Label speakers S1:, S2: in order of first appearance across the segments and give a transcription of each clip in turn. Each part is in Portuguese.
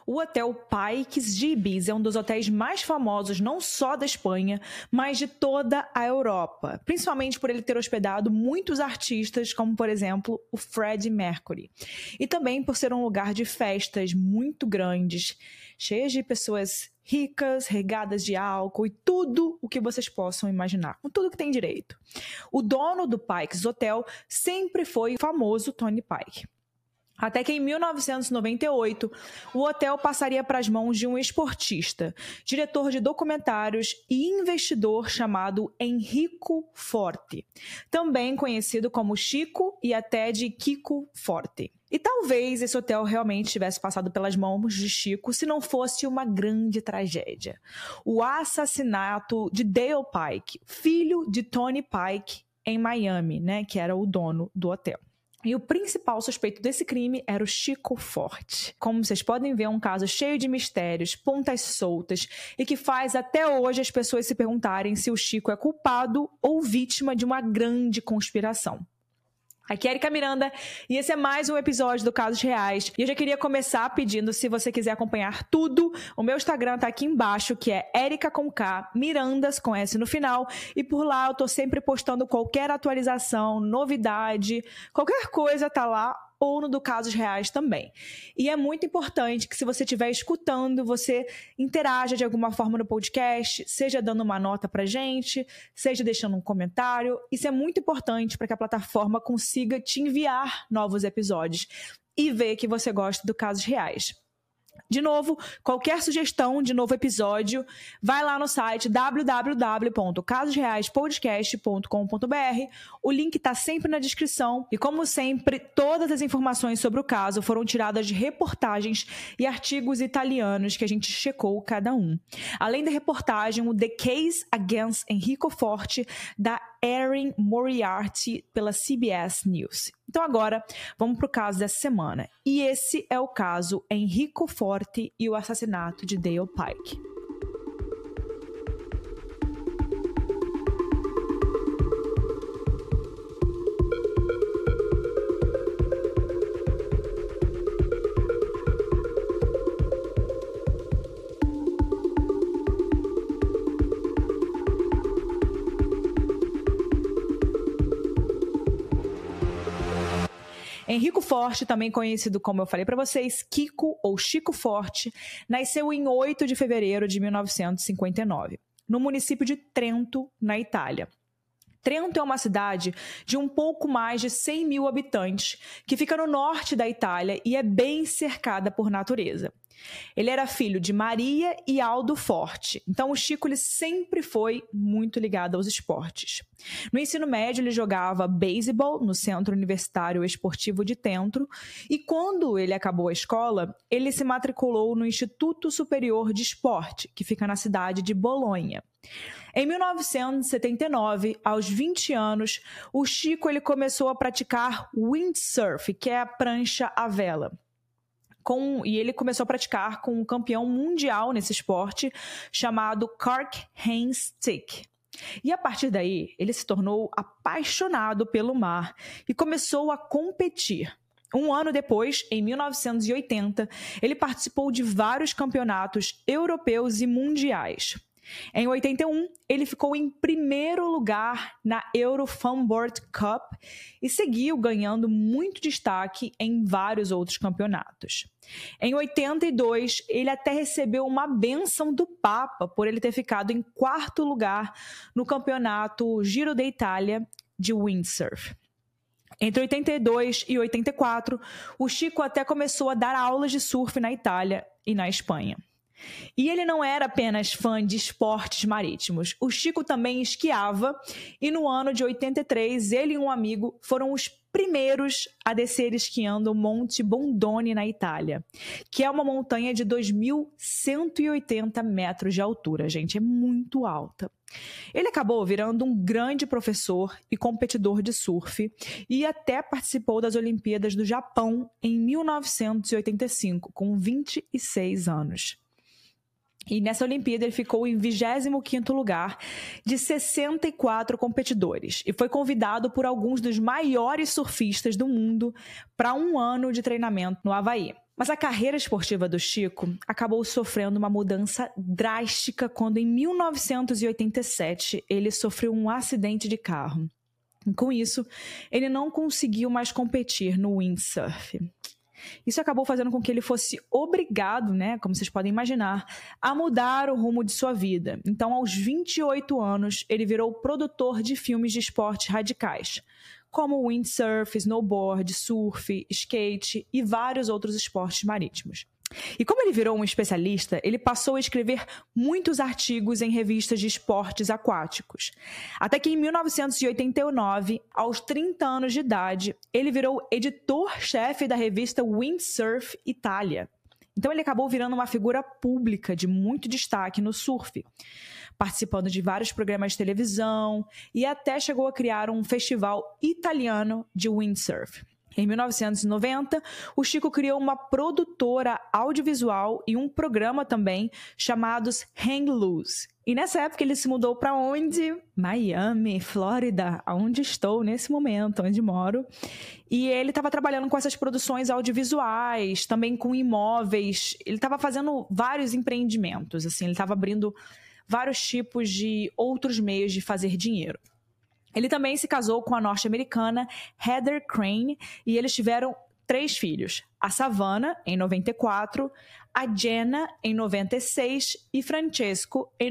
S1: O Hotel Pikes de Ibiza é um dos hotéis mais famosos não só da Espanha, mas de toda a Europa, principalmente por ele ter hospedado muitos artistas, como por exemplo o Freddie Mercury, e também por ser um lugar de festas muito grandes, cheias de pessoas ricas, regadas de álcool e tudo o que vocês possam imaginar, com tudo que tem direito. O dono do Pikes Hotel sempre foi o famoso Tony Pike. Até que em 1998, o hotel passaria para as mãos de um esportista, diretor de documentários e investidor chamado Enrico Forte, também conhecido como Chico e até de Kiko Forte. E talvez esse hotel realmente tivesse passado pelas mãos de Chico se não fosse uma grande tragédia. O assassinato de Dale Pike, filho de Tony Pike, em Miami, que era o dono do hotel. E o principal suspeito desse crime era o Chico Forte. Como vocês podem ver, é um caso cheio de mistérios, pontas soltas e que faz até hoje as pessoas se perguntarem se o Chico é culpado ou vítima de uma grande conspiração. Aqui é Erika Miranda e esse é mais um episódio do Casos Reais. E eu já queria começar pedindo, se você quiser acompanhar tudo, o meu Instagram tá aqui embaixo, que é Erika com K, Mirandas com S no final. E por lá eu tô sempre postando qualquer atualização, novidade, qualquer coisa tá lá, ou no do Casos Reais também. E é muito importante que, se você estiver escutando, você interaja de alguma forma no podcast, seja dando uma nota pra gente, seja deixando um comentário. Isso é muito importante para que a plataforma consiga te enviar novos episódios e ver que você gosta do Casos Reais. De novo, qualquer sugestão de novo episódio, vai lá no site www.casosreaispodcast.com.br. O link está sempre na descrição. E como sempre, todas as informações sobre o caso foram tiradas de reportagens e artigos italianos que a gente checou cada um. Além da reportagem, o The Case Against Enrico Forte, da Erin Moriarty, pela CBS News. Então agora, vamos para o caso dessa semana. E esse é o caso Enrico Forte e o assassinato de Dale Pike. Enrico Forte, também conhecido como eu falei para vocês, Kiko ou Chico Forte, nasceu em 8 de fevereiro de 1959, no município de Trento, na Itália. Trento é uma cidade de um pouco mais de 100 mil habitantes, que fica no norte da Itália e é bem cercada por natureza. Ele era filho de Maria e Aldo Forte, então o Chico ele sempre foi muito ligado aos esportes. No ensino médio ele jogava beisebol no Centro Universitário Esportivo de Trento e quando ele acabou a escola, ele se matriculou no Instituto Superior de Esporte, que fica na cidade de Bolonha. Em 1979, aos 20 anos, o Chico ele começou a praticar windsurf, que é a prancha à vela. E ele começou a praticar com um campeão mundial nesse esporte chamado Karl-Heinz Zick. E a partir daí, ele se tornou apaixonado pelo mar e começou a competir. Um ano depois, em 1980, ele participou de vários campeonatos europeus e mundiais. Em 81, ele ficou em primeiro lugar na Euro Fanboard Cup e seguiu ganhando muito destaque em vários outros campeonatos. Em 82, ele até recebeu uma bênção do Papa por ele ter ficado em quarto lugar no campeonato Giro da Itália de windsurf. Entre 82 e 84, o Chico até começou a dar aulas de surf na Itália e na Espanha. E ele não era apenas fã de esportes marítimos. O Chico também esquiava e no ano de 83, ele e um amigo foram os primeiros a descer esquiando o Monte Bondone na Itália, que é uma montanha de 2.180 metros de altura, gente, é muito alta. Ele acabou virando um grande professor e competidor de surf e até participou das Olimpíadas do Japão em 1985, com 26 anos. E nessa Olimpíada ele ficou em 25º lugar de 64 competidores e foi convidado por alguns dos maiores surfistas do mundo para um ano de treinamento no Havaí. Mas a carreira esportiva do Chico acabou sofrendo uma mudança drástica quando, em 1987, ele sofreu um acidente de carro. E, com isso, ele não conseguiu mais competir no windsurf. Isso acabou fazendo com que ele fosse obrigado, né, como vocês podem imaginar, a mudar o rumo de sua vida. Então, aos 28 anos, ele virou produtor de filmes de esportes radicais, como windsurf, snowboard, surf, skate e vários outros esportes marítimos. E como ele virou um especialista, ele passou a escrever muitos artigos em revistas de esportes aquáticos. Até que em 1989, aos 30 anos de idade, ele virou editor-chefe da revista Windsurf Itália. Então ele acabou virando uma figura pública de muito destaque no surf, participando de vários programas de televisão e até chegou a criar um festival italiano de windsurf. Em 1990, o Chico criou uma produtora audiovisual e um programa também chamados Hang Loose. E nessa época ele se mudou para onde? Miami, Flórida, onde estou nesse momento, onde moro. E ele estava trabalhando com essas produções audiovisuais, também com imóveis. Ele estava fazendo vários empreendimentos, assim, ele estava abrindo vários tipos de outros meios de fazer dinheiro. Ele também se casou com a norte-americana Heather Crane e eles tiveram 3 filhos. A Savannah, em 94, a Jenna, em 96 e Francesco, em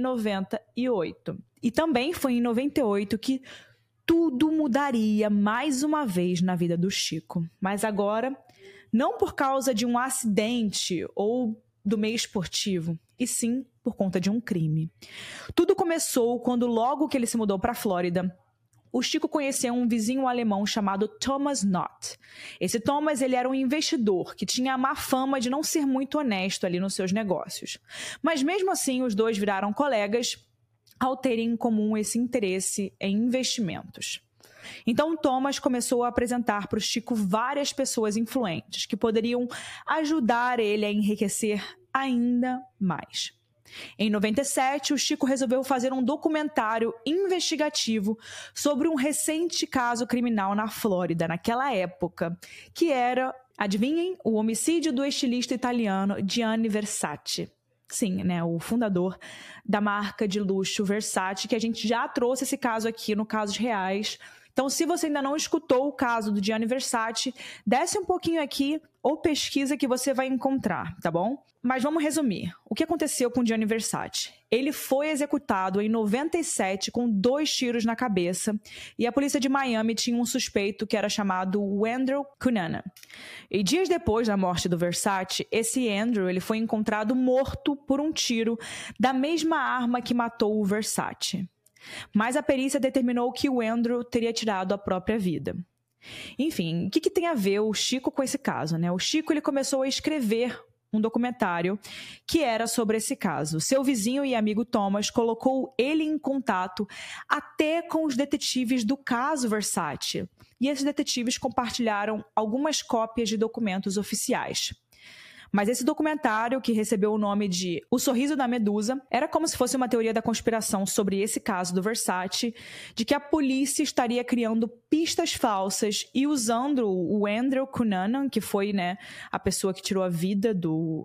S1: 98. E também foi em 98 que tudo mudaria mais uma vez na vida do Chico. Mas agora, não por causa de um acidente ou do meio esportivo, e sim por conta de um crime. Tudo começou quando, logo que ele se mudou para a Flórida, o Chico conheceu um vizinho alemão chamado Thomas Knott. Esse Thomas, ele era um investidor que tinha a má fama de não ser muito honesto ali nos seus negócios. Mas mesmo assim, os dois viraram colegas ao terem em comum esse interesse em investimentos. Então, Thomas começou a apresentar para o Chico várias pessoas influentes que poderiam ajudar ele a enriquecer ainda mais. Em 97, o Chico resolveu fazer um documentário investigativo sobre um recente caso criminal na Flórida, naquela época, que era, adivinhem, o homicídio do estilista italiano Gianni Versace. Sim, né, o fundador da marca de luxo Versace, que a gente já trouxe esse caso aqui no Casos Reais. Então, se você ainda não escutou o caso do Gianni Versace, desce um pouquinho aqui ou pesquisa que você vai encontrar, tá bom? Mas vamos resumir. O que aconteceu com o Gianni Versace? Ele foi executado em 97 com 2 tiros na cabeça e a polícia de Miami tinha um suspeito que era chamado Andrew Cunanan. E dias depois da morte do Versace, esse Andrew ele foi encontrado morto por um tiro da mesma arma que matou o Versace. Mas a perícia determinou que o Andrew teria tirado a própria vida. Enfim, o que tem a ver o Chico com esse caso, né? O Chico ele começou a escrever um documentário que era sobre esse caso. Seu vizinho e amigo Thomas colocou ele em contato até com os detetives do caso Versace. E esses detetives compartilharam algumas cópias de documentos oficiais. Mas esse documentário, que recebeu o nome de O Sorriso da Medusa, era como se fosse uma teoria da conspiração sobre esse caso do Versace, de que a polícia estaria criando pistas falsas e usando o Andrew Cunanan, que foi, né, a pessoa que tirou a vida do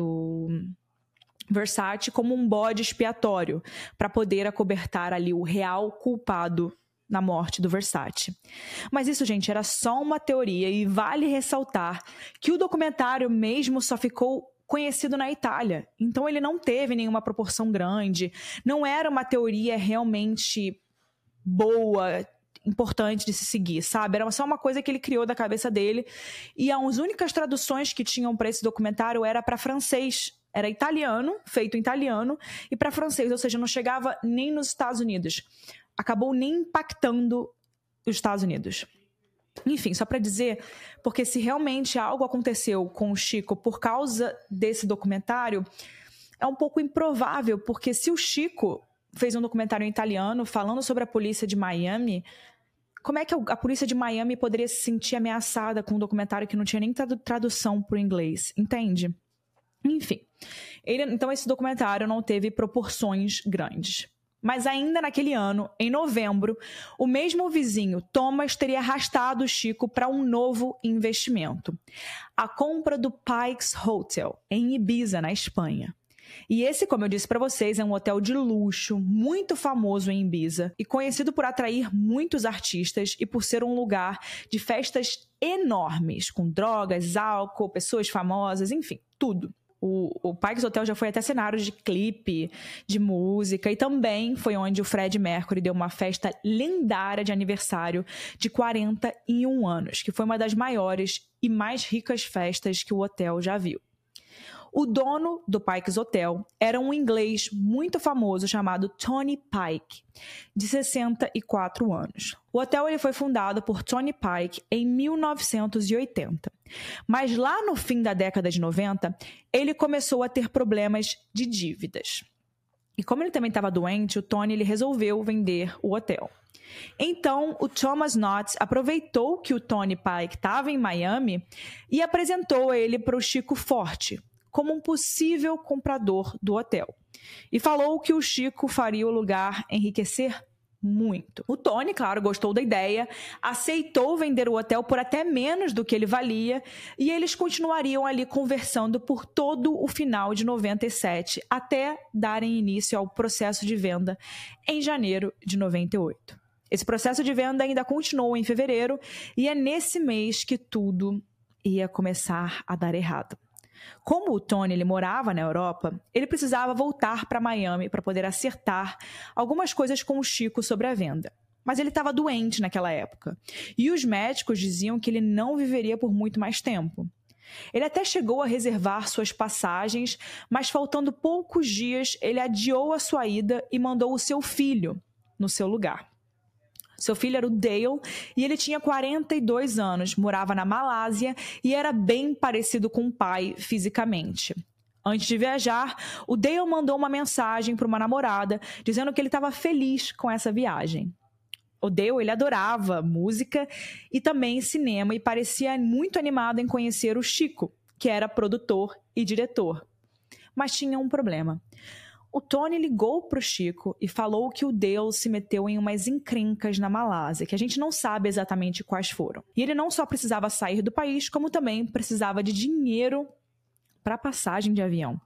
S1: Versace, como um bode expiatório, para poder acobertar ali o real culpado na morte do Versace. Mas isso, gente, era só uma teoria e vale ressaltar que o documentário mesmo só ficou conhecido na Itália. Então ele não teve nenhuma proporção grande, não era uma teoria realmente boa, importante de se seguir, sabe? Era só uma coisa que ele criou da cabeça dele e as únicas traduções que tinham para esse documentário era para francês. Era italiano, feito em italiano, e para francês, ou seja, não chegava nem nos Estados Unidos. Acabou nem impactando os Estados Unidos. Enfim, só para dizer, porque se realmente algo aconteceu com o Chico por causa desse documentário, é um pouco improvável, porque se o Chico fez um documentário em italiano falando sobre a polícia de Miami, como é que a polícia de Miami poderia se sentir ameaçada com um documentário que não tinha nem tradução para o inglês, entende? Enfim, então esse documentário não teve proporções grandes. Mas ainda naquele ano, em novembro, o mesmo vizinho, Thomas, teria arrastado o Chico para um novo investimento: a compra do Pikes Hotel, em Ibiza, na Espanha. E esse, como eu disse para vocês, é um hotel de luxo, muito famoso em Ibiza e conhecido por atrair muitos artistas e por ser um lugar de festas enormes, com drogas, álcool, pessoas famosas, enfim, tudo. O Pikes Hotel já foi até cenário de clipe, de música, e também foi onde o Freddie Mercury deu uma festa lendária de aniversário de 41 anos, que foi uma das maiores e mais ricas festas que o hotel já viu. O dono do Pikes Hotel era um inglês muito famoso chamado Tony Pike, de 64 anos. O hotel ele foi fundado por Tony Pike em 1980, mas lá no fim da década de 90, ele começou a ter problemas de dívidas. E como ele também estava doente, o Tony ele resolveu vender o hotel. Então, o Thomas Knott aproveitou que o Tony Pike estava em Miami e apresentou ele para o Chico Forte como um possível comprador do hotel. E falou que o Chico faria o lugar enriquecer muito. O Tony, claro, gostou da ideia, aceitou vender o hotel por até menos do que ele valia e eles continuariam ali conversando por todo o final de 97, até darem início ao processo de venda em janeiro de 98. Esse processo de venda ainda continuou em fevereiro e é nesse mês que tudo ia começar a dar errado. Como o Tony ele morava na Europa, ele precisava voltar para Miami para poder acertar algumas coisas com o Chico sobre a venda. Mas ele estava doente naquela época e os médicos diziam que ele não viveria por muito mais tempo. Ele até chegou a reservar suas passagens, mas faltando poucos dias, ele adiou a sua ida e mandou o seu filho no seu lugar. Seu filho era o Dale e ele tinha 42 anos, morava na Malásia e era bem parecido com o pai fisicamente. Antes de viajar, o Dale mandou uma mensagem para uma namorada dizendo que ele estava feliz com essa viagem. O Dale ele adorava música e também cinema e parecia muito animado em conhecer o Chico, que era produtor e diretor. Mas tinha um problema. O Tony ligou para o Chico e falou que o Dale se meteu em umas encrencas na Malásia, que a gente não sabe exatamente quais foram. E ele não só precisava sair do país, como também precisava de dinheiro para passagem de avião.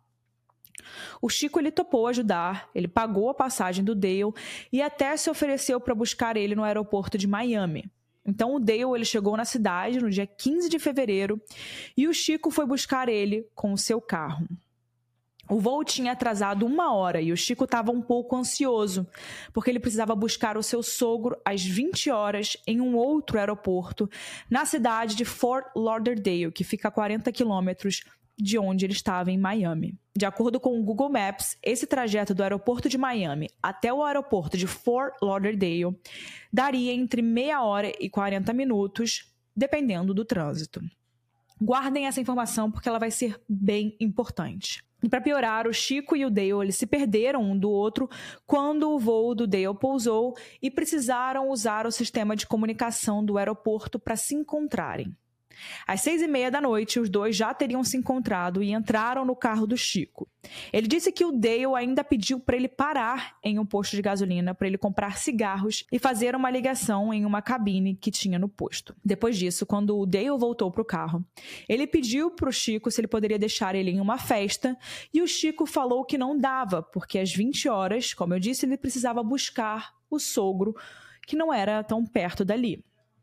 S1: O Chico ele topou ajudar, ele pagou a passagem do Dale e até se ofereceu para buscar ele no aeroporto de Miami. Então o Dale ele chegou na cidade no dia 15 de fevereiro e o Chico foi buscar ele com o seu carro. O voo tinha atrasado 1 hora e o Chico estava um pouco ansioso, porque ele precisava buscar o seu sogro às 20 horas em um outro aeroporto, na cidade de Fort Lauderdale, que fica a 40 quilômetros de onde ele estava em Miami. De acordo com o Google Maps, esse trajeto do aeroporto de Miami até o aeroporto de Fort Lauderdale daria entre meia hora e 40 minutos, dependendo do trânsito. Guardem essa informação porque ela vai ser bem importante. E para piorar, o Chico e o Dale eles se perderam um do outro quando o voo do Dale pousou e precisaram usar o sistema de comunicação do aeroporto para se encontrarem. Às 6h30 da noite, os dois já teriam se encontrado e entraram no carro do Chico. Ele disse que o Dale ainda pediu para ele parar em um posto de gasolina para ele comprar cigarros e fazer uma ligação em uma cabine que tinha no posto. Depois disso, quando o Dale voltou para o carro, ele pediu para o Chico se ele poderia deixar ele em uma festa e o Chico falou que não dava, porque às 20 horas, como eu disse, ele precisava buscar o sogro, que não era tão perto dali.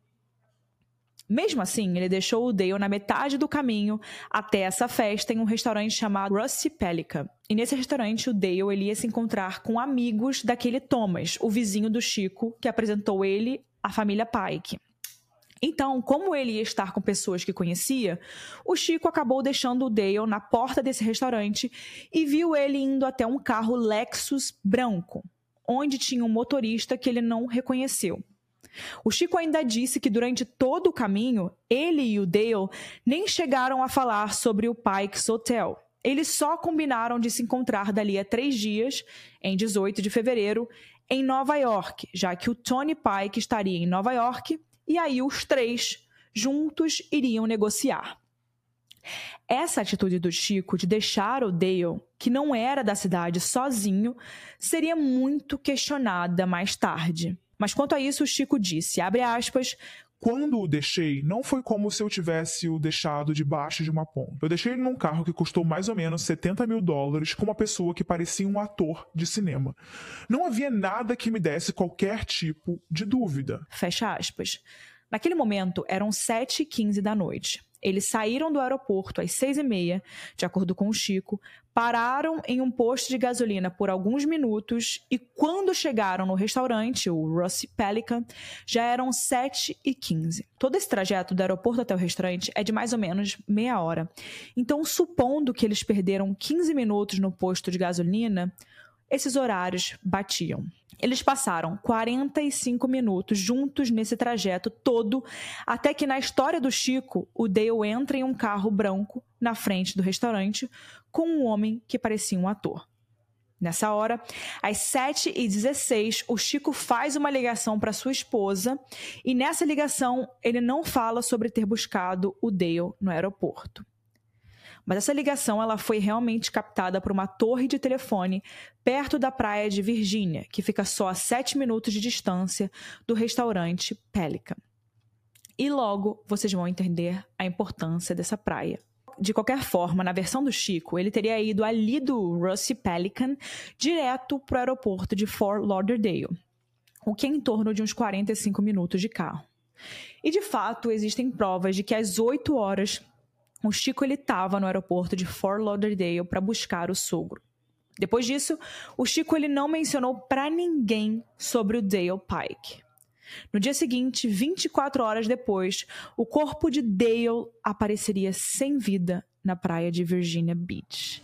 S1: Mesmo assim, ele deixou o Dale na metade do caminho até essa festa em um restaurante chamado Rusty Pelican. E nesse restaurante, o Dale ele ia se encontrar com amigos daquele Thomas, o vizinho do Chico, que apresentou ele à família Pike. Então, como ele ia estar com pessoas que conhecia, o Chico acabou deixando o Dale na porta desse restaurante e viu ele indo até um carro Lexus branco, onde tinha um motorista que ele não reconheceu. O Chico ainda disse que durante todo o caminho, ele e o Dale nem chegaram a falar sobre o Pikes Hotel. Eles só combinaram de se encontrar dali a 3 dias, em 18 de fevereiro, em Nova York, já que o Tony Pike estaria em Nova York e aí os três juntos iriam negociar. Essa atitude do Chico de deixar o Dale, que não era da cidade, sozinho, seria muito questionada mais tarde. Mas quanto a isso, o Chico disse, abre aspas,
S2: quando o deixei, não foi como se eu tivesse o deixado debaixo de uma ponte. Eu deixei ele num carro que custou mais ou menos $70 mil com uma pessoa que parecia um ator de cinema. Não havia nada que me desse qualquer tipo de dúvida.
S1: Fecha aspas. Naquele momento, eram 7h15 da noite. Eles saíram do aeroporto às 6h30, de acordo com o Chico, pararam em um posto de gasolina por alguns minutos e quando chegaram no restaurante, o Rusty Pelican, já eram 7h15. Todo esse trajeto do aeroporto até o restaurante é de mais ou menos meia hora. Então, supondo que eles perderam 15 minutos no posto de gasolina, esses horários batiam. Eles passaram 45 minutos juntos nesse trajeto todo, até que na história do Chico, o Dale entra em um carro branco na frente do restaurante com um homem que parecia um ator. Nessa hora, às 7h16, o Chico faz uma ligação para sua esposa e nessa ligação ele não fala sobre ter buscado o Dale no aeroporto. Mas essa ligação ela foi realmente captada por uma torre de telefone perto da praia de Virgínia, que fica só a 7 minutos de distância do restaurante Pelican. E logo vocês vão entender a importância dessa praia. De qualquer forma, na versão do Chico, ele teria ido ali do Rusty Pelican direto para o aeroporto de Fort Lauderdale, o que é em torno de uns 45 minutos de carro. E de fato, existem provas de que às 8 horas o Chico estava no aeroporto de Fort Lauderdale para buscar o sogro. Depois disso, o Chico não mencionou para ninguém sobre o Dale Pike. No dia seguinte, 24 horas depois, o corpo de Dale apareceria sem vida na praia de Virginia Beach.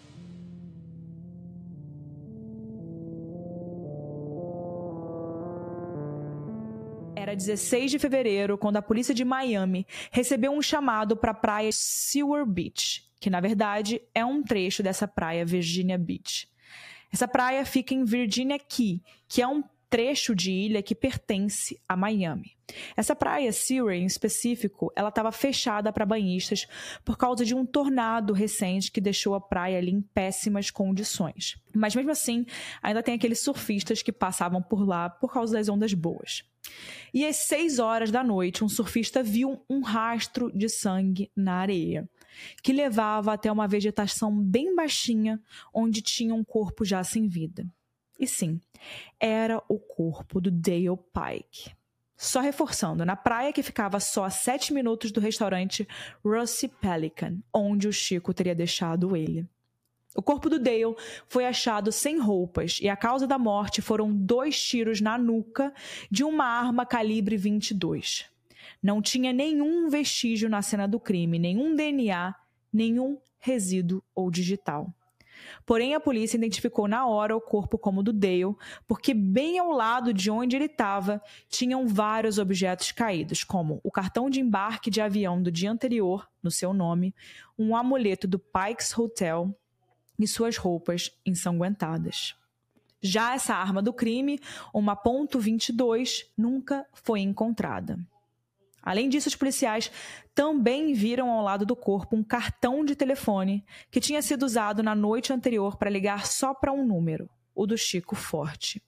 S1: Era 16 de fevereiro, quando a polícia de Miami recebeu um chamado para a praia Seward Beach, que na verdade é um trecho dessa praia Virginia Beach. Essa praia fica em Virginia Key, que é um trecho de ilha que pertence a Miami. Essa praia Seward, em específico, ela estava fechada para banhistas por causa de um tornado recente que deixou a praia ali em péssimas condições. Mas mesmo assim, ainda tem aqueles surfistas que passavam por lá por causa das ondas boas. E às 6 horas da noite, um surfista viu um rastro de sangue na areia, que levava até uma vegetação bem baixinha, onde tinha um corpo já sem vida. E sim, era o corpo do Dale Pike. Só reforçando, na praia que ficava só a 7 minutos do restaurante Rusty Pelican, onde o Chico teria deixado ele. O corpo do Dale foi achado sem roupas e a causa da morte foram 2 tiros na nuca de uma arma calibre 22. Não tinha nenhum vestígio na cena do crime, nenhum DNA, nenhum resíduo ou digital. Porém, a polícia identificou na hora o corpo como do Dale, porque bem ao lado de onde ele estava, tinham vários objetos caídos, como o cartão de embarque de avião do dia anterior, no seu nome, um amuleto do Pike's Hotel e suas roupas ensanguentadas. Já essa arma do crime, uma .22, nunca foi encontrada. Além disso, os policiais também viram ao lado do corpo um cartão de telefone que tinha sido usado na noite anterior para ligar só para um número, o do Chico Forte.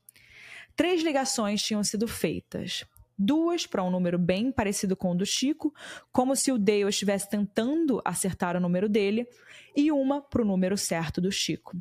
S1: 3 ligações tinham sido feitas. 2 para um número bem parecido com o do Chico, como se o Dale estivesse tentando acertar o número dele, e uma para o número certo do Chico.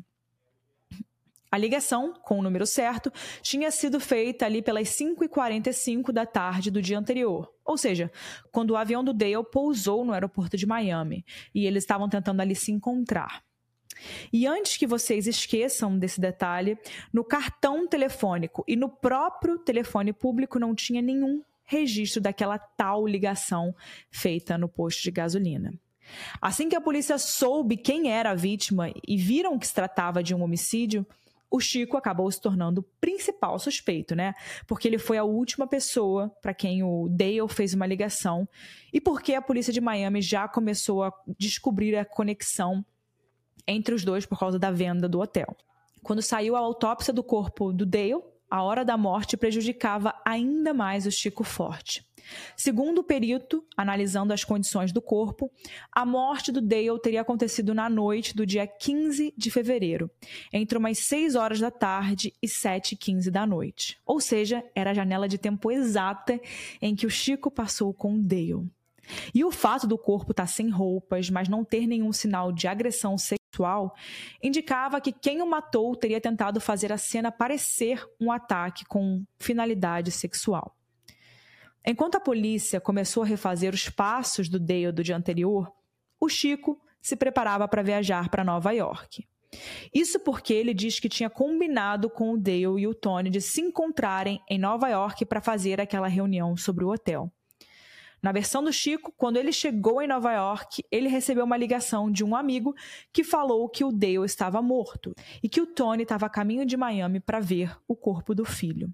S1: A ligação, com o número certo, tinha sido feita ali pelas 5h45 da tarde do dia anterior. Ou seja, quando o avião do Dale pousou no aeroporto de Miami e eles estavam tentando ali se encontrar. E antes que vocês esqueçam desse detalhe, no cartão telefônico e no próprio telefone público não tinha nenhum registro daquela tal ligação feita no posto de gasolina. Assim que a polícia soube quem era a vítima e viram que se tratava de um homicídio, o Chico acabou se tornando o principal suspeito, né? Porque ele foi a última pessoa para quem o Dale fez uma ligação e porque a polícia de Miami já começou a descobrir a conexão entre os dois por causa da venda do hotel. Quando saiu a autópsia do corpo do Dale, a hora da morte prejudicava ainda mais o Chico Forte. Segundo o perito, analisando as condições do corpo, a morte do Dale teria acontecido na noite do dia 15 de fevereiro, entre umas 6 horas da tarde e 7h15 da noite. Ou seja, era a janela de tempo exata em que o Chico passou com o Dale. E o fato do corpo estar sem roupas, mas não ter nenhum sinal de agressão sexual, indicava que quem o matou teria tentado fazer a cena parecer um ataque com finalidade sexual. Enquanto a polícia começou a refazer os passos do Dale do dia anterior, o Chico se preparava para viajar para Nova York. Isso porque ele diz que tinha combinado com o Dale e o Tony de se encontrarem em Nova York para fazer aquela reunião sobre o hotel. Na versão do Chico, quando ele chegou em Nova York, ele recebeu uma ligação de um amigo que falou que o Dale estava morto e que o Tony estava a caminho de Miami para ver o corpo do filho.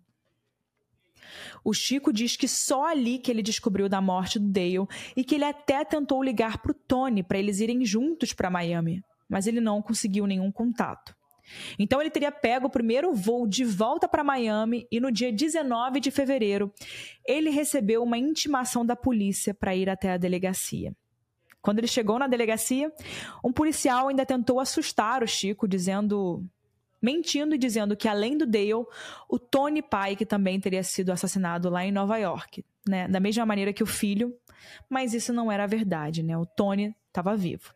S1: O Chico diz que só ali que ele descobriu da morte do Dale e que ele até tentou ligar para o Tony para eles irem juntos para Miami, mas ele não conseguiu nenhum contato. Então ele teria pego o primeiro voo de volta para Miami e no dia 19 de fevereiro ele recebeu uma intimação da polícia para ir até a delegacia. Quando ele chegou na delegacia, um policial ainda tentou assustar o Chico, mentindo e dizendo que, além do Dale, o Tony Pike também teria sido assassinado lá em Nova York, né? Da mesma maneira que o filho, mas isso não era a verdade, né? O Tony estava vivo.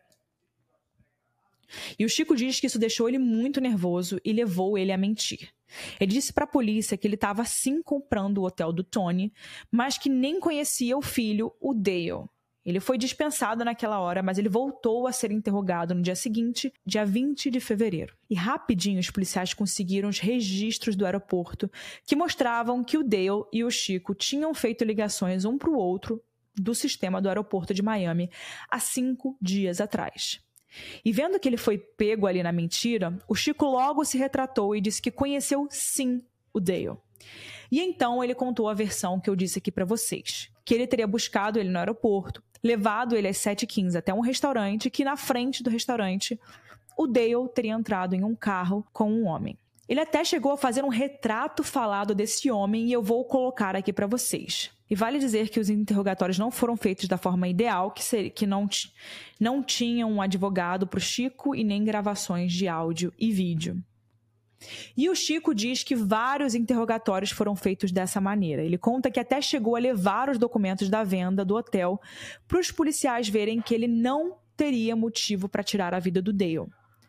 S1: E o Chico diz que isso deixou ele muito nervoso e levou ele a mentir. Ele disse para a polícia que ele estava sim comprando o hotel do Tony, mas que nem conhecia o filho, o Dale. Ele foi dispensado naquela hora, mas ele voltou a ser interrogado no dia seguinte, dia 20 de fevereiro. E rapidinho os policiais conseguiram os registros do aeroporto que mostravam que o Dale e o Chico tinham feito ligações um para o outro do sistema do aeroporto de Miami há 5 dias atrás. E vendo que ele foi pego ali na mentira, o Chico logo se retratou e disse que conheceu sim o Dale. E então ele contou a versão que eu disse aqui para vocês, que ele teria buscado ele no aeroporto, levado ele às 7h15 até um restaurante, que na frente do restaurante o Dale teria entrado em um carro com um homem. Ele até chegou a fazer um retrato falado desse homem e eu vou colocar aqui para vocês. E vale dizer que os interrogatórios não foram feitos da forma ideal, que não tinham um advogado para o Chico e nem gravações de áudio e vídeo. E o Chico diz que vários interrogatórios foram feitos dessa maneira. Ele conta que até chegou a levar os documentos da venda do hotel para os policiais verem que ele não teria motivo para tirar a vida do Dale.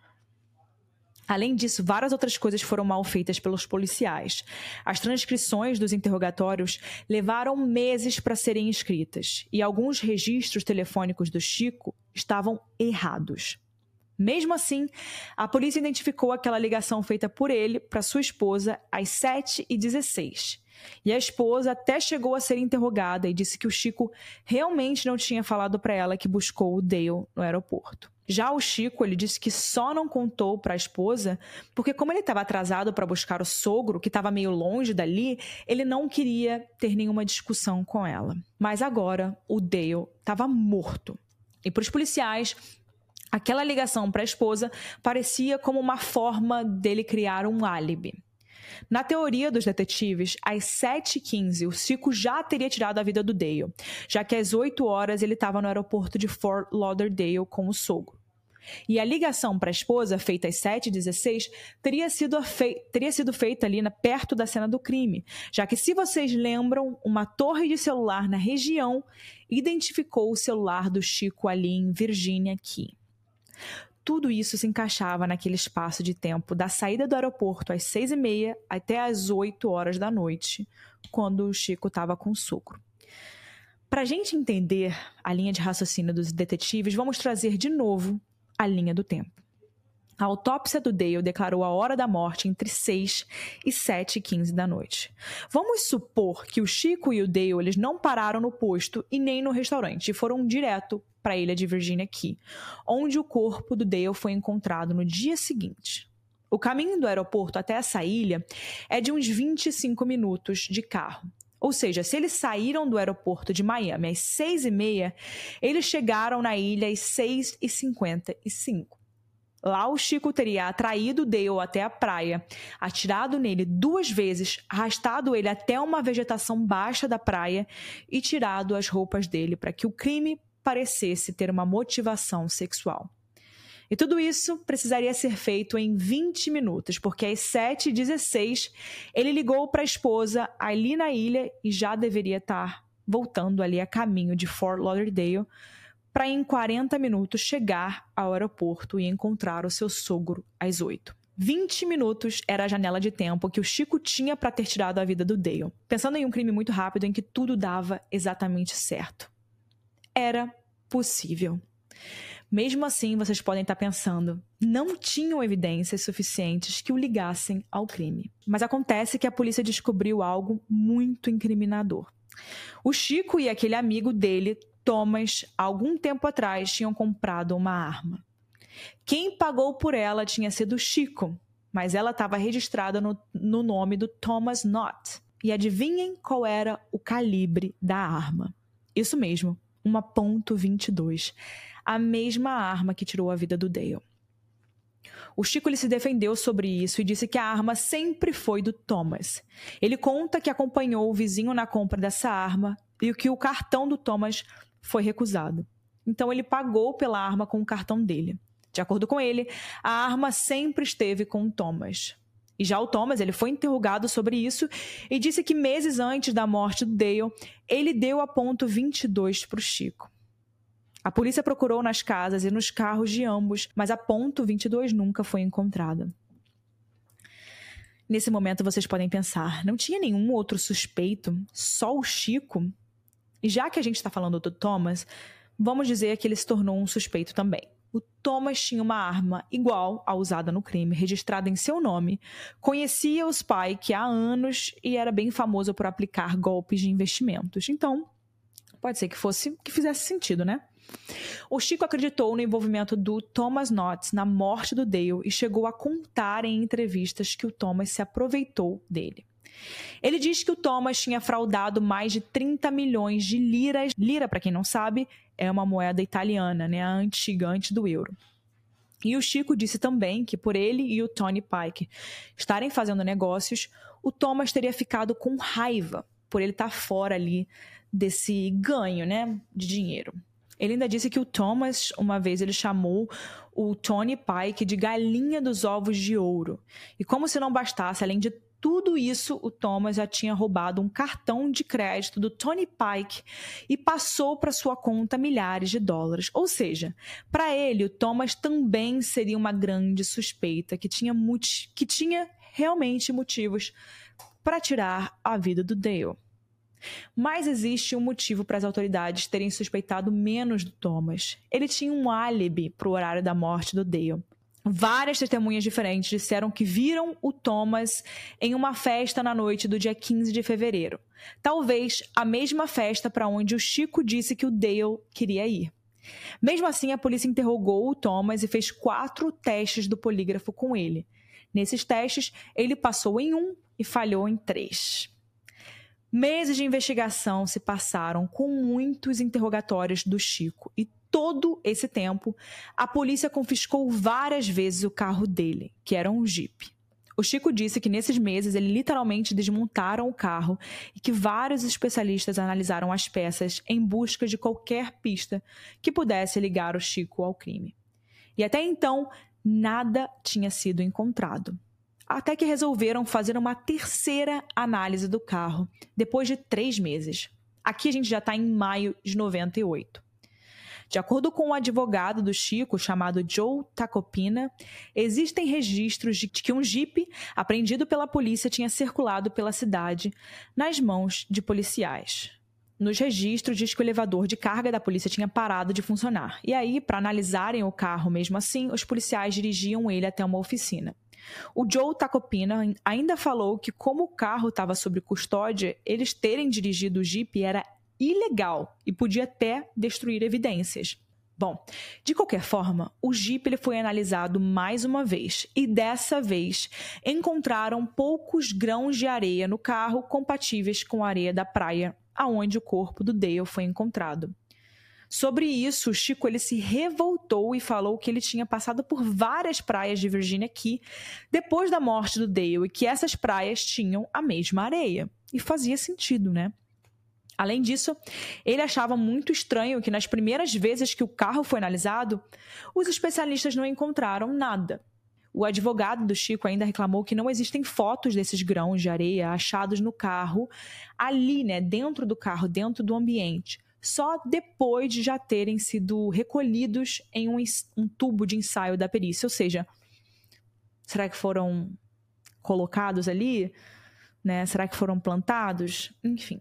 S1: Além disso, várias outras coisas foram mal feitas pelos policiais. As transcrições dos interrogatórios levaram meses para serem escritas e alguns registros telefônicos do Chico estavam errados. Mesmo assim, a polícia identificou aquela ligação feita por ele para sua esposa às 7h16. E a esposa até chegou a ser interrogada e disse que o Chico realmente não tinha falado para ela que buscou o Dale no aeroporto. Já o Chico, ele disse que só não contou para a esposa porque, como ele estava atrasado para buscar o sogro, que estava meio longe dali, ele não queria ter nenhuma discussão com ela. Mas agora o Dale estava morto. E para os policiais, aquela ligação para a esposa parecia como uma forma dele criar um álibi. Na teoria dos detetives, às 7h15, o Chico já teria tirado a vida do Dale, já que às 8 horas ele estava no aeroporto de Fort Lauderdale com o sogro. E a ligação para a esposa, feita às 7h16, teria sido feita ali perto da cena do crime, já que, se vocês lembram, uma torre de celular na região identificou o celular do Chico ali em Virginia Key. Tudo isso se encaixava naquele espaço de tempo da saída do aeroporto às 6h30 até às 8 horas da noite, quando o Chico estava com o sogro. Para a gente entender a linha de raciocínio dos detetives, vamos trazer de novo a linha do tempo. A autópsia do Dale declarou a hora da morte entre 6 e 7h15 da noite. Vamos supor que o Chico e o Dale eles não pararam no posto e nem no restaurante e foram direto para a ilha de Virginia Key, onde o corpo do Dale foi encontrado no dia seguinte. O caminho do aeroporto até essa ilha é de uns 25 minutos de carro. Ou seja, se eles saíram do aeroporto de Miami às 6h30, eles chegaram na ilha às 6h55. Lá o Chico teria atraído o Dale até a praia, atirado nele 2 vezes, arrastado ele até uma vegetação baixa da praia e tirado as roupas dele para que o crime parecesse ter uma motivação sexual. E tudo isso precisaria ser feito em 20 minutos, porque às 7h16 ele ligou para a esposa ali na ilha e já deveria estar voltando ali a caminho de Fort Lauderdale para em 40 minutos chegar ao aeroporto e encontrar o seu sogro às 8h. 20 minutos era a janela de tempo que o Chico tinha para ter tirado a vida do Dale, pensando em um crime muito rápido em que tudo dava exatamente certo. Era possível. Mesmo assim, vocês podem estar pensando, não tinham evidências suficientes que o ligassem ao crime. Mas acontece que a polícia descobriu algo muito incriminador. O Chico e aquele amigo dele, Thomas, algum tempo atrás, tinham comprado uma arma. Quem pagou por ela tinha sido o Chico, mas ela estava registrada no nome do Thomas Knott. E adivinhem qual era o calibre da arma? Isso mesmo, uma .22. A mesma arma que tirou a vida do Dale. O Chico ele se defendeu sobre isso e disse que a arma sempre foi do Thomas. Ele conta que acompanhou o vizinho na compra dessa arma e que o cartão do Thomas foi recusado. Então ele pagou pela arma com o cartão dele. De acordo com ele, a arma sempre esteve com o Thomas. E já o Thomas ele foi interrogado sobre isso e disse que meses antes da morte do Dale, ele deu a .22 para o Chico. A polícia procurou nas casas e nos carros de ambos, mas a .22 nunca foi encontrada. Nesse momento vocês podem pensar, não tinha nenhum outro suspeito, só o Chico? E já que a gente está falando do Thomas, vamos dizer que ele se tornou um suspeito também. O Thomas tinha uma arma igual à usada no crime, registrada em seu nome, conhecia os Pike há anos e era bem famoso por aplicar golpes de investimentos. Então, pode ser que fizesse sentido, né? O Chico acreditou no envolvimento do Thomas Knott na morte do Dale e chegou a contar em entrevistas que o Thomas se aproveitou dele. Ele diz que o Thomas tinha fraudado mais de 30 milhões de liras. Lira, para quem não sabe, é uma moeda italiana, né? A antiga, antes do euro. E o Chico disse também que por ele e o Tony Pike estarem fazendo negócios, o Thomas teria ficado com raiva por ele estar fora ali desse ganho, né, de dinheiro. Ele ainda disse que o Thomas, uma vez, ele chamou o Tony Pike de galinha dos ovos de ouro. E como se não bastasse, além de tudo isso, o Thomas já tinha roubado um cartão de crédito do Tony Pike e passou para sua conta milhares de dólares. Ou seja, para ele, o Thomas também seria uma grande suspeita que tinha realmente motivos para tirar a vida do Dale. Mas existe um motivo para as autoridades terem suspeitado menos do Thomas. Ele tinha um álibi para o horário da morte do Dale. Várias testemunhas diferentes disseram que viram o Thomas em uma festa na noite do dia 15 de fevereiro. Talvez a mesma festa para onde o Chico disse que o Dale queria ir. Mesmo assim, a polícia interrogou o Thomas e fez 4 testes do polígrafo com ele. Nesses testes, ele passou em 1 e falhou em 3. Meses de investigação se passaram com muitos interrogatórios do Chico e todo esse tempo a polícia confiscou várias vezes o carro dele, que era um Jeep. O Chico disse que nesses meses ele literalmente desmontaram o carro e que vários especialistas analisaram as peças em busca de qualquer pista que pudesse ligar o Chico ao crime. E até então, nada tinha sido encontrado. Até que resolveram fazer uma terceira análise do carro, depois de 3 meses. Aqui a gente já está em maio de 98. De acordo com o advogado do Chico, chamado Joe Tacopina, existem registros de que um Jeep apreendido pela polícia tinha circulado pela cidade nas mãos de policiais. Nos registros diz que o elevador de carga da polícia tinha parado de funcionar. E aí, para analisarem o carro mesmo assim, os policiais dirigiam ele até uma oficina. O Joe Tacopina ainda falou que como o carro estava sob custódia, eles terem dirigido o Jeep era ilegal e podia até destruir evidências. Bom, de qualquer forma, o Jeep ele foi analisado mais uma vez e dessa vez encontraram poucos grãos de areia no carro compatíveis com a areia da praia aonde o corpo do Dale foi encontrado. Sobre isso, o Chico ele se revoltou e falou que ele tinha passado por várias praias de Virginia Key depois da morte do Dale e que essas praias tinham a mesma areia. E fazia sentido, né? Além disso, ele achava muito estranho que nas primeiras vezes que o carro foi analisado, os especialistas não encontraram nada. O advogado do Chico ainda reclamou que não existem fotos desses grãos de areia achados no carro, ali, né, dentro do carro, dentro do ambiente, só depois de já terem sido recolhidos em um tubo de ensaio da perícia. Ou seja, será que foram colocados ali? Né? Será que foram plantados? Enfim.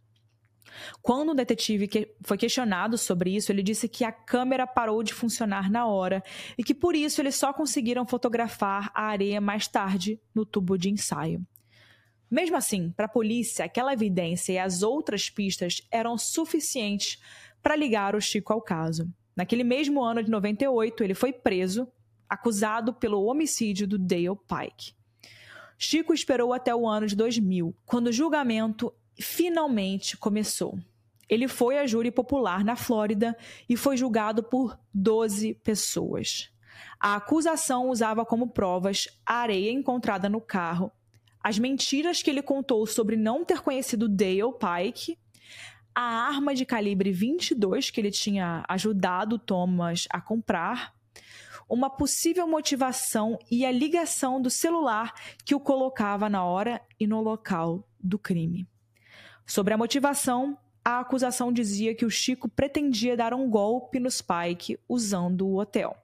S1: Quando o detetive foi questionado sobre isso, ele disse que a câmera parou de funcionar na hora e que por isso eles só conseguiram fotografar a areia mais tarde no tubo de ensaio. Mesmo assim, para a polícia, aquela evidência e as outras pistas eram suficientes para ligar o Chico ao caso. Naquele mesmo ano de 98, ele foi preso, acusado pelo homicídio do Dale Pike. Chico esperou até o ano de 2000, quando o julgamento finalmente começou. Ele foi a júri popular na Flórida e foi julgado por 12 pessoas. A acusação usava como provas a areia encontrada no carro, as mentiras que ele contou sobre não ter conhecido Dale Pike, a arma de calibre 22 que ele tinha ajudado Thomas a comprar, uma possível motivação e a ligação do celular que o colocava na hora e no local do crime. Sobre a motivação, a acusação dizia que o Chico pretendia dar um golpe nos Pike usando o hotel.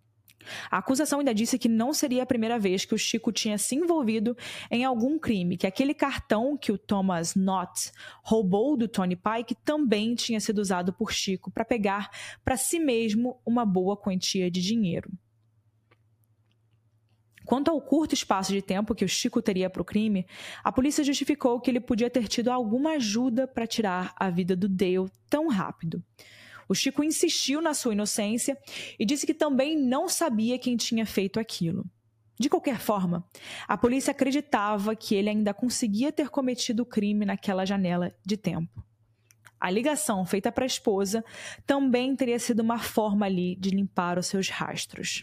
S1: A acusação ainda disse que não seria a primeira vez que o Chico tinha se envolvido em algum crime, que aquele cartão que o Thomas Knott roubou do Tony Pike também tinha sido usado por Chico para pegar para si mesmo uma boa quantia de dinheiro. Quanto ao curto espaço de tempo que o Chico teria para o crime, a polícia justificou que ele podia ter tido alguma ajuda para tirar a vida do Dale tão rápido. O Chico insistiu na sua inocência e disse que também não sabia quem tinha feito aquilo. De qualquer forma, a polícia acreditava que ele ainda conseguia ter cometido o crime naquela janela de tempo. A ligação feita para a esposa também teria sido uma forma ali de limpar os seus rastros.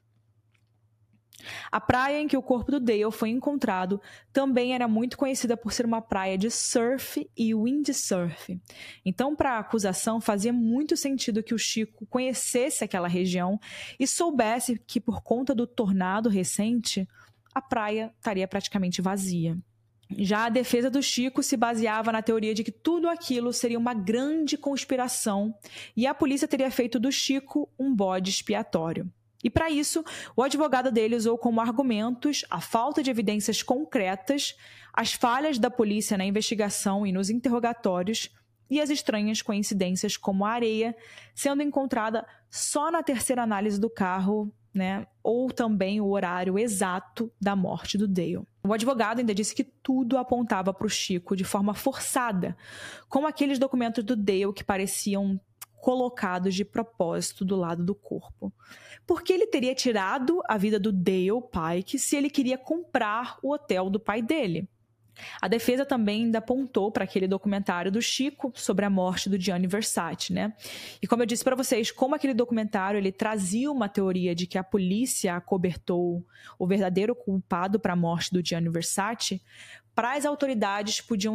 S1: A praia em que o corpo do Dale foi encontrado também era muito conhecida por ser uma praia de surf e windsurf. Então, para a acusação, fazia muito sentido que o Chico conhecesse aquela região e soubesse que, por conta do tornado recente, a praia estaria praticamente vazia. Já a defesa do Chico se baseava na teoria de que tudo aquilo seria uma grande conspiração e a polícia teria feito do Chico um bode expiatório. E para isso, o advogado dele usou como argumentos a falta de evidências concretas, as falhas da polícia na investigação e nos interrogatórios e as estranhas coincidências como a areia sendo encontrada só na terceira análise do carro, né? Ou também o horário exato da morte do Dale. O advogado ainda disse que tudo apontava para o Chico de forma forçada, como aqueles documentos do Dale que pareciam colocados de propósito do lado do corpo. Porque ele teria tirado a vida do Dale Pike se ele queria comprar o hotel do pai dele. A defesa também ainda apontou para aquele documentário do Chico sobre a morte do Gianni Versace, né? E como eu disse para vocês, como aquele documentário ele trazia uma teoria de que a polícia acobertou o verdadeiro culpado para a morte do Gianni Versace, para as autoridades podia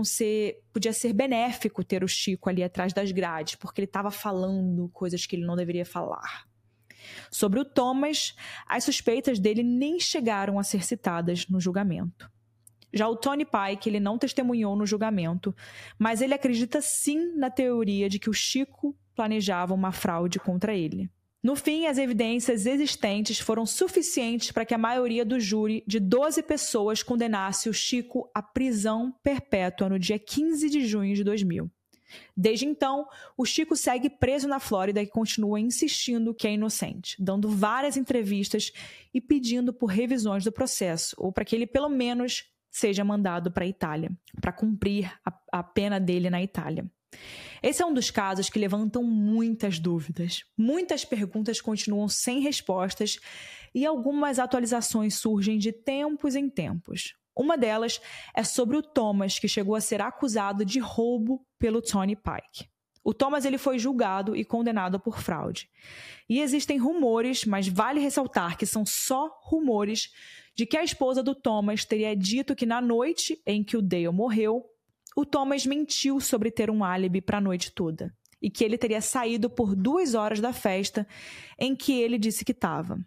S1: ser benéfico ter o Chico ali atrás das grades, porque ele estava falando coisas que ele não deveria falar. Sobre o Thomas, as suspeitas dele nem chegaram a ser citadas no julgamento. Já o Tony Pike, ele não testemunhou no julgamento, mas ele acredita sim na teoria de que o Chico planejava uma fraude contra ele. No fim, as evidências existentes foram suficientes para que a maioria do júri de 12 pessoas condenasse o Chico à prisão perpétua no dia 15 de junho de 2000. Desde então, o Chico segue preso na Flórida e continua insistindo que é inocente, dando várias entrevistas e pedindo por revisões do processo, ou para que ele pelo menos seja mandado para a Itália, para cumprir a pena dele na Itália. Esse é um dos casos que levantam muitas dúvidas. Muitas perguntas continuam sem respostas e algumas atualizações surgem de tempos em tempos. Uma delas é sobre o Thomas, que chegou a ser acusado de roubo pelo Tony Pike. O Thomas ele foi julgado e condenado por fraude. E existem rumores, mas vale ressaltar que são só rumores, de que a esposa do Thomas teria dito que na noite em que o Dale morreu, o Thomas mentiu sobre ter um álibi para a noite toda. E que ele teria saído por 2 horas da festa em que ele disse que estava.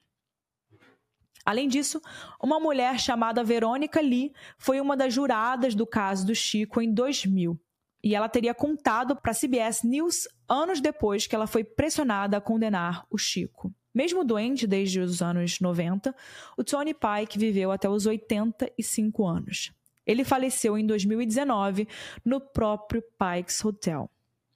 S1: Além disso, uma mulher chamada Veronica Lee foi uma das juradas do caso do Chico em 2000. E ela teria contado para a CBS News anos depois que ela foi pressionada a condenar o Chico. Mesmo doente desde os anos 90, o Tony Pike viveu até os 85 anos. Ele faleceu em 2019 no próprio Pike's Hotel.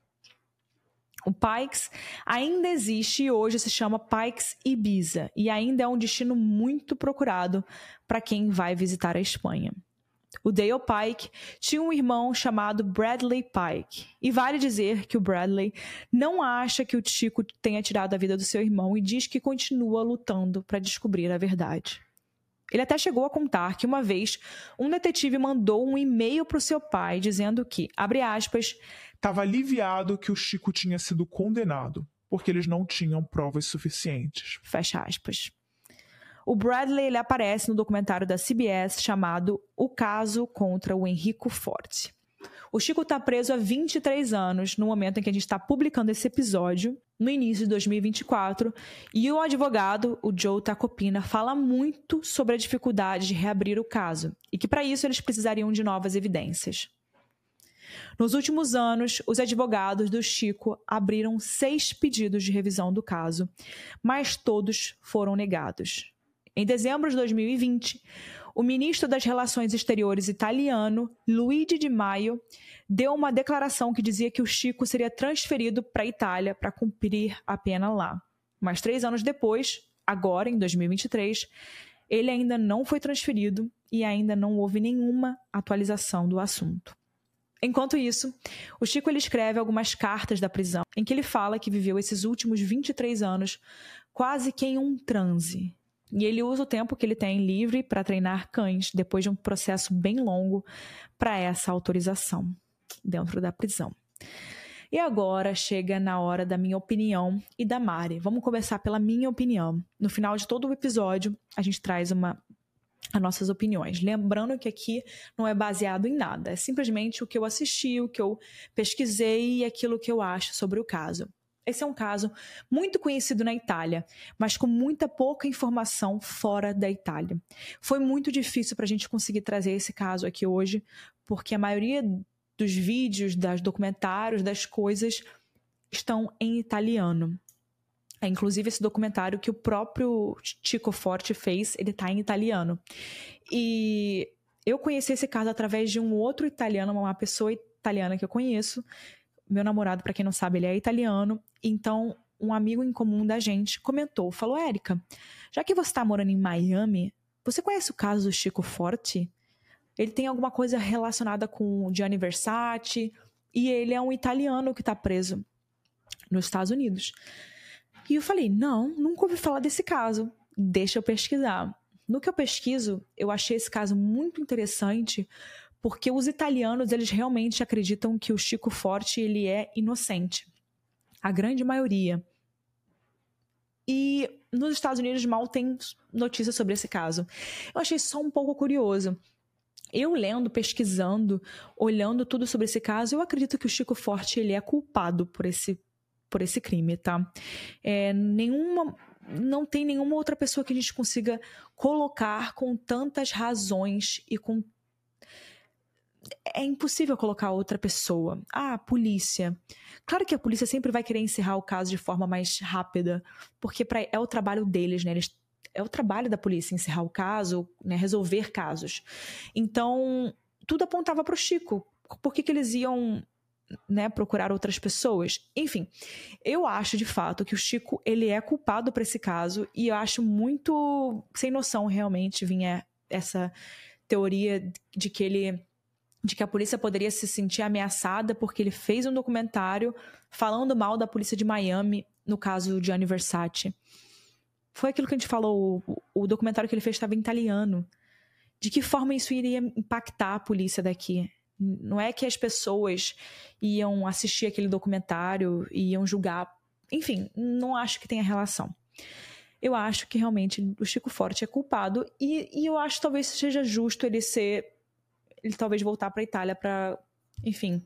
S1: O Pike's ainda existe e hoje se chama Pike's Ibiza e ainda é um destino muito procurado para quem vai visitar a Espanha. O Dale Pike tinha um irmão chamado Bradley Pike. E vale dizer que o Bradley não acha que o Chico tenha tirado a vida do seu irmão e diz que continua lutando para descobrir a verdade. Ele até chegou a contar que uma vez um detetive mandou um e-mail para o seu pai dizendo que, abre aspas,
S2: estava aliviado que o Chico tinha sido condenado, porque eles não tinham provas suficientes.
S1: Fecha aspas. O Bradley ele aparece no documentário da CBS chamado O Caso contra o Enrico Forte. O Chico está preso há 23 anos, no momento em que a gente está publicando esse episódio, no início de 2024, e o advogado, o Joe Tacopina, fala muito sobre a dificuldade de reabrir o caso, e que para isso eles precisariam de novas evidências. Nos últimos anos, os advogados do Chico abriram 6 pedidos de revisão do caso, mas todos foram negados. Em dezembro de 2020, o ministro das Relações Exteriores italiano, Luigi Di Maio, deu uma declaração que dizia que o Chico seria transferido para a Itália para cumprir a pena lá. Mas 3 anos depois, agora em 2023, ele ainda não foi transferido e ainda não houve nenhuma atualização do assunto. Enquanto isso, o Chico ele escreve algumas cartas da prisão em que ele fala que viveu esses últimos 23 anos quase que em um transe. E ele usa o tempo que ele tem livre para treinar cães, depois de um processo bem longo para essa autorização dentro da prisão. E agora chega na hora da minha opinião e da Mari. Vamos começar pela minha opinião. No final de todo o episódio, a gente traz as nossas opiniões. Lembrando que aqui não é baseado em nada. É simplesmente o que eu assisti, o que eu pesquisei e aquilo que eu acho sobre o caso. Esse é um caso muito conhecido na Itália, mas com muita pouca informação fora da Itália. Foi muito difícil para a gente conseguir trazer esse caso aqui hoje, porque a maioria dos vídeos, dos documentários, das coisas estão em italiano. Inclusive esse documentário que o próprio Chico Forte fez, ele está em italiano. E eu conheci esse caso através de um outro italiano, uma pessoa italiana que eu conheço. Meu namorado, para quem não sabe, ele é italiano. Então, um amigo em comum da gente comentou, falou, Érica, já que você está morando em Miami, você conhece o caso do Chico Forte? Ele tem alguma coisa relacionada com o Gianni Versace e ele é um italiano que está preso nos Estados Unidos. E eu falei, não, nunca ouvi falar desse caso. Deixa eu pesquisar. No que eu pesquiso, eu achei esse caso muito interessante porque os italianos, eles realmente acreditam que o Chico Forte, ele é inocente. A grande maioria. E nos Estados Unidos mal tem notícia sobre esse caso. Eu achei só um pouco curioso. Eu lendo, pesquisando, olhando tudo sobre esse caso, eu acredito que o Chico Forte, ele é culpado por esse crime, tá? Não tem nenhuma outra pessoa que a gente consiga colocar com tantas razões e com... É impossível colocar outra pessoa. A polícia. Claro que a polícia sempre vai querer encerrar o caso de forma mais rápida, porque é o trabalho deles, né? É o trabalho da polícia encerrar o caso, né? Resolver casos. Então, tudo apontava para o Chico. Por que eles iam, né, procurar outras pessoas? Enfim, eu acho de fato que o Chico, ele é culpado por esse caso e eu acho muito sem noção realmente vinha essa teoria de que a polícia poderia se sentir ameaçada porque ele fez um documentário falando mal da polícia de Miami no caso de Gianni Versace. Foi aquilo que a gente falou, o documentário que ele fez estava em italiano. De que forma isso iria impactar a polícia daqui? Não é que as pessoas iam assistir aquele documentário e iam julgar. Enfim, não acho que tenha relação. Eu acho que realmente o Chico Forte é culpado e eu acho que talvez seja justo ele talvez voltar para a Itália para, enfim,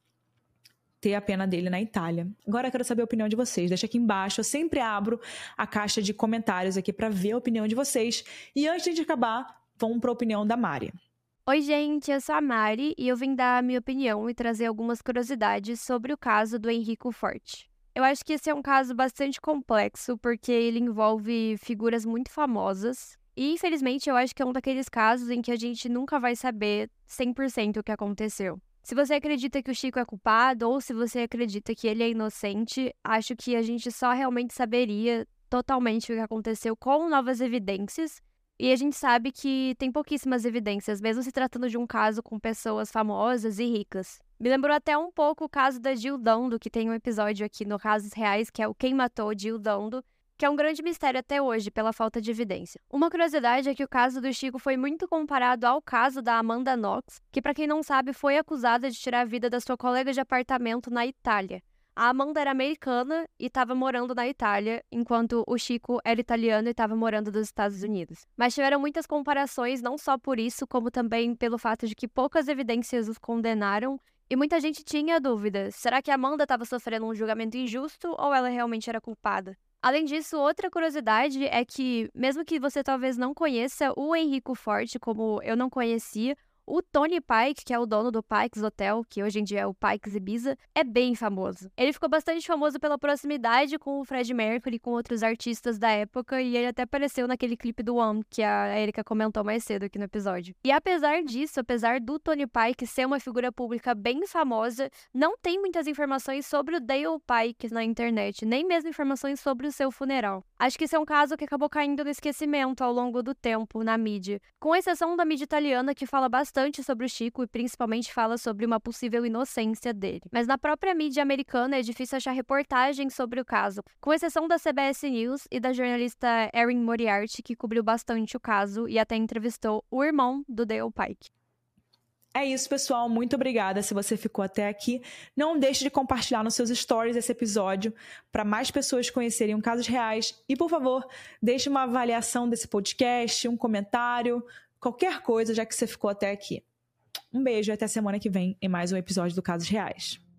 S1: ter a pena dele na Itália. Agora eu quero saber a opinião de vocês. Deixa aqui embaixo. Eu sempre abro a caixa de comentários aqui para ver a opinião de vocês. E antes de acabar, vamos para a opinião da Mari.
S3: Oi, gente, eu sou a Mari e eu vim dar a minha opinião e trazer algumas curiosidades sobre o caso do Enrico Forte. Eu acho que esse é um caso bastante complexo porque ele envolve figuras muito famosas e, infelizmente, eu acho que é um daqueles casos em que a gente nunca vai saber 100% o que aconteceu. Se você acredita que o Chico é culpado ou se você acredita que ele é inocente, acho que a gente só realmente saberia totalmente o que aconteceu com novas evidências. E a gente sabe que tem pouquíssimas evidências, mesmo se tratando de um caso com pessoas famosas e ricas. Me lembrou até um pouco o caso da Jill Dondo, que tem um episódio aqui no Casos Reais, que é o Quem Matou Jill Dondo, que é um grande mistério até hoje, pela falta de evidência. Uma curiosidade é que o caso do Chico foi muito comparado ao caso da Amanda Knox, que, para quem não sabe, foi acusada de tirar a vida da sua colega de apartamento na Itália. A Amanda era americana e estava morando na Itália, enquanto o Chico era italiano e estava morando nos Estados Unidos. Mas tiveram muitas comparações, não só por isso, como também pelo fato de que poucas evidências os condenaram, e muita gente tinha dúvida, será que a Amanda estava sofrendo um julgamento injusto ou ela realmente era culpada? Além disso, outra curiosidade é que, mesmo que você talvez não conheça o Enrico Forte, como eu não conhecia, o Tony Pike, que é o dono do Pikes Hotel, que hoje em dia é o Pikes Ibiza, é bem famoso. Ele ficou bastante famoso pela proximidade com o Freddie Mercury e com outros artistas da época, e ele até apareceu naquele clipe do One, que a Erika comentou mais cedo aqui no episódio. E apesar disso, apesar do Tony Pike ser uma figura pública bem famosa, não tem muitas informações sobre o Dale Pike na internet, nem mesmo informações sobre o seu funeral. Acho que esse é um caso que acabou caindo no esquecimento ao longo do tempo na mídia, com exceção da mídia italiana, que fala bastante sobre o Chico e principalmente fala sobre uma possível inocência dele. Mas na própria mídia americana é difícil achar reportagens sobre o caso, com exceção da CBS News e da jornalista Erin Moriarty, que cobriu bastante o caso e até entrevistou o irmão do Dale Pike.
S1: É isso, pessoal. Muito obrigada se você ficou até aqui. Não deixe de compartilhar nos seus stories esse episódio para mais pessoas conhecerem casos reais. E, por favor, deixe uma avaliação desse podcast, um comentário, qualquer coisa, já que você ficou até aqui. Um beijo e até semana que vem em mais um episódio do Casos Reais.